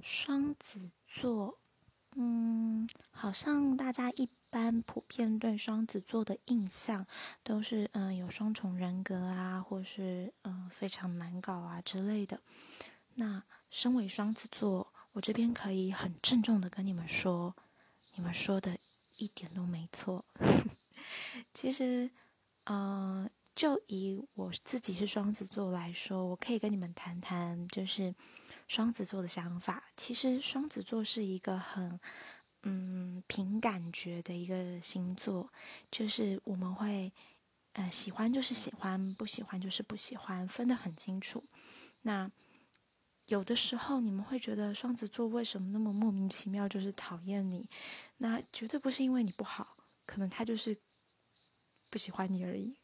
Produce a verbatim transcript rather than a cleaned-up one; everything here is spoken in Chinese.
双子座，嗯，好像大家一般普遍对双子座的印象都是，嗯、呃，有双重人格啊，或是嗯、呃、非常难搞啊之类的。那身为双子座，我这边可以很郑重的跟你们说，你们说的一点都没错。其实，呃，就以我自己是双子座来说，我可以跟你们谈谈，就是双子座的想法。其实双子座是一个很，嗯，凭感觉的一个星座，就是我们会，呃，喜欢就是喜欢，不喜欢就是不喜欢，分得很清楚。那有的时候你们会觉得双子座为什么那么莫名其妙，就是讨厌你？那绝对不是因为你不好，可能他就是不喜欢你而已。